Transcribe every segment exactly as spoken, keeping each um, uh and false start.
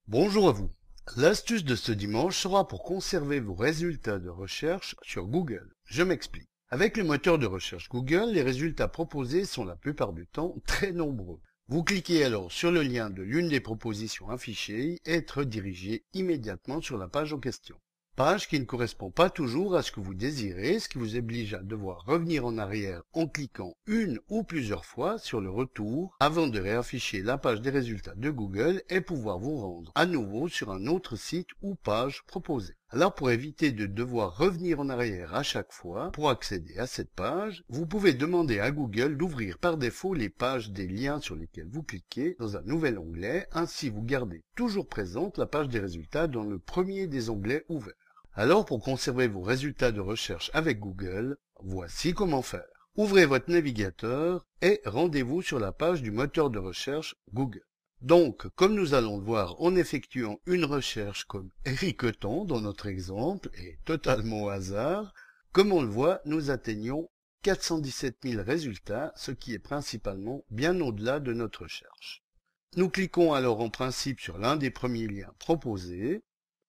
Bonjour à vous. L'astuce de ce dimanche sera pour conserver vos résultats de recherche sur Google. Je m'explique. Avec le moteur de recherche Google, les résultats proposés sont la plupart du temps très nombreux. Vous cliquez alors sur le lien de l'une des propositions affichées et être redirigé immédiatement sur la page en question. Page qui ne correspond pas toujours à ce que vous désirez, ce qui vous oblige à devoir revenir en arrière en cliquant une ou plusieurs fois sur le retour avant de réafficher la page des résultats de Google et pouvoir vous rendre à nouveau sur un autre site ou page proposée. Alors pour éviter de devoir revenir en arrière à chaque fois pour accéder à cette page, vous pouvez demander à Google d'ouvrir par défaut les pages des liens sur lesquels vous cliquez dans un nouvel onglet, ainsi vous gardez toujours présente la page des résultats dans le premier des onglets ouverts. Alors pour conserver vos résultats de recherche avec Google, voici comment faire. Ouvrez votre navigateur et rendez-vous sur la page du moteur de recherche Google. Donc, comme nous allons le voir en effectuant une recherche comme Eriqueton dans notre exemple, et totalement au hasard, comme on le voit, nous atteignons quatre cent dix-sept mille résultats, ce qui est principalement bien au-delà de notre recherche. Nous cliquons alors en principe sur l'un des premiers liens proposés,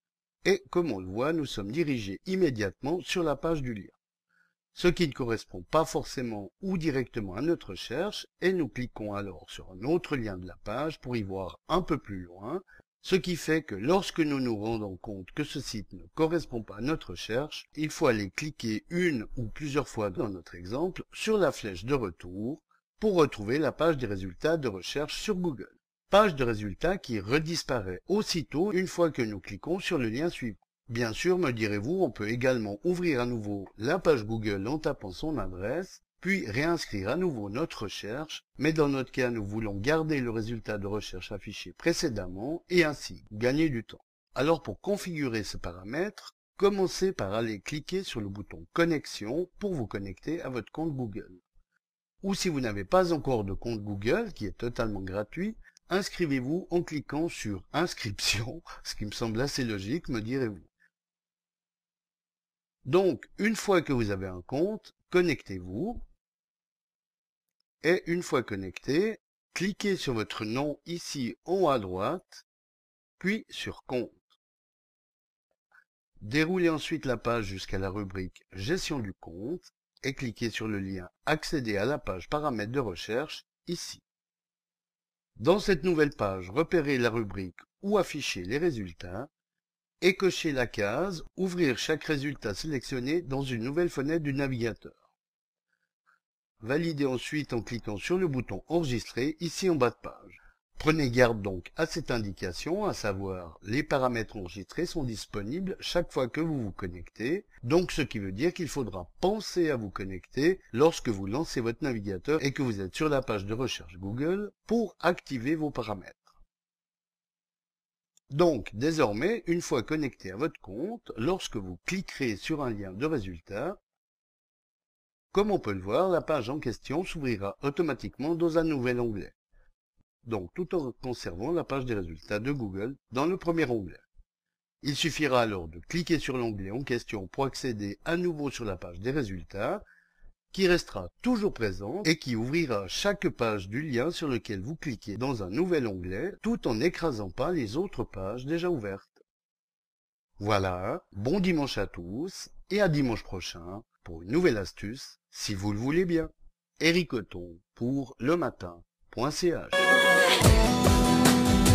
et comme on le voit, nous sommes dirigés immédiatement sur la page du lien. Ce qui ne correspond pas forcément ou directement à notre recherche, et nous cliquons alors sur un autre lien de la page pour y voir un peu plus loin, ce qui fait que lorsque nous nous rendons compte que ce site ne correspond pas à notre recherche, il faut aller cliquer une ou plusieurs fois dans notre exemple sur la flèche de retour pour retrouver la page des résultats de recherche sur Google. Page de résultats qui redisparaît aussitôt une fois que nous cliquons sur le lien suivant. Bien sûr, me direz-vous, on peut également ouvrir à nouveau la page Google en tapant son adresse, puis réinscrire à nouveau notre recherche, mais dans notre cas, nous voulons garder le résultat de recherche affiché précédemment et ainsi gagner du temps. Alors pour configurer ce paramètre, commencez par aller cliquer sur le bouton Connexion pour vous connecter à votre compte Google. Ou si vous n'avez pas encore de compte Google, qui est totalement gratuit, inscrivez-vous en cliquant sur Inscription, ce qui me semble assez logique, me direz-vous. Donc, une fois que vous avez un compte, connectez-vous. Et une fois connecté, cliquez sur votre nom ici en haut à droite, puis sur Compte. Déroulez ensuite la page jusqu'à la rubrique Gestion du compte et cliquez sur le lien Accéder à la page Paramètres de recherche ici. Dans cette nouvelle page, repérez la rubrique où afficher les résultats et cochez la case « Ouvrir chaque résultat sélectionné dans une nouvelle fenêtre du navigateur ». Validez ensuite en cliquant sur le bouton « Enregistrer » ici en bas de page. Prenez garde donc à cette indication, à savoir les paramètres enregistrés sont disponibles chaque fois que vous vous connectez, donc ce qui veut dire qu'il faudra penser à vous connecter lorsque vous lancez votre navigateur et que vous êtes sur la page de recherche Google pour activer vos paramètres. Donc, désormais, une fois connecté à votre compte, lorsque vous cliquerez sur un lien de résultat, comme on peut le voir, la page en question s'ouvrira automatiquement dans un nouvel onglet. Donc, tout en conservant la page des résultats de Google dans le premier onglet. Il suffira alors de cliquer sur l'onglet en question pour accéder à nouveau sur la page des résultats, qui restera toujours présente et qui ouvrira chaque page du lien sur lequel vous cliquez dans un nouvel onglet, tout en n'écrasant pas les autres pages déjà ouvertes. Voilà, bon dimanche à tous et à dimanche prochain pour une nouvelle astuce, si vous le voulez bien. Eriqueton pour le matin point c h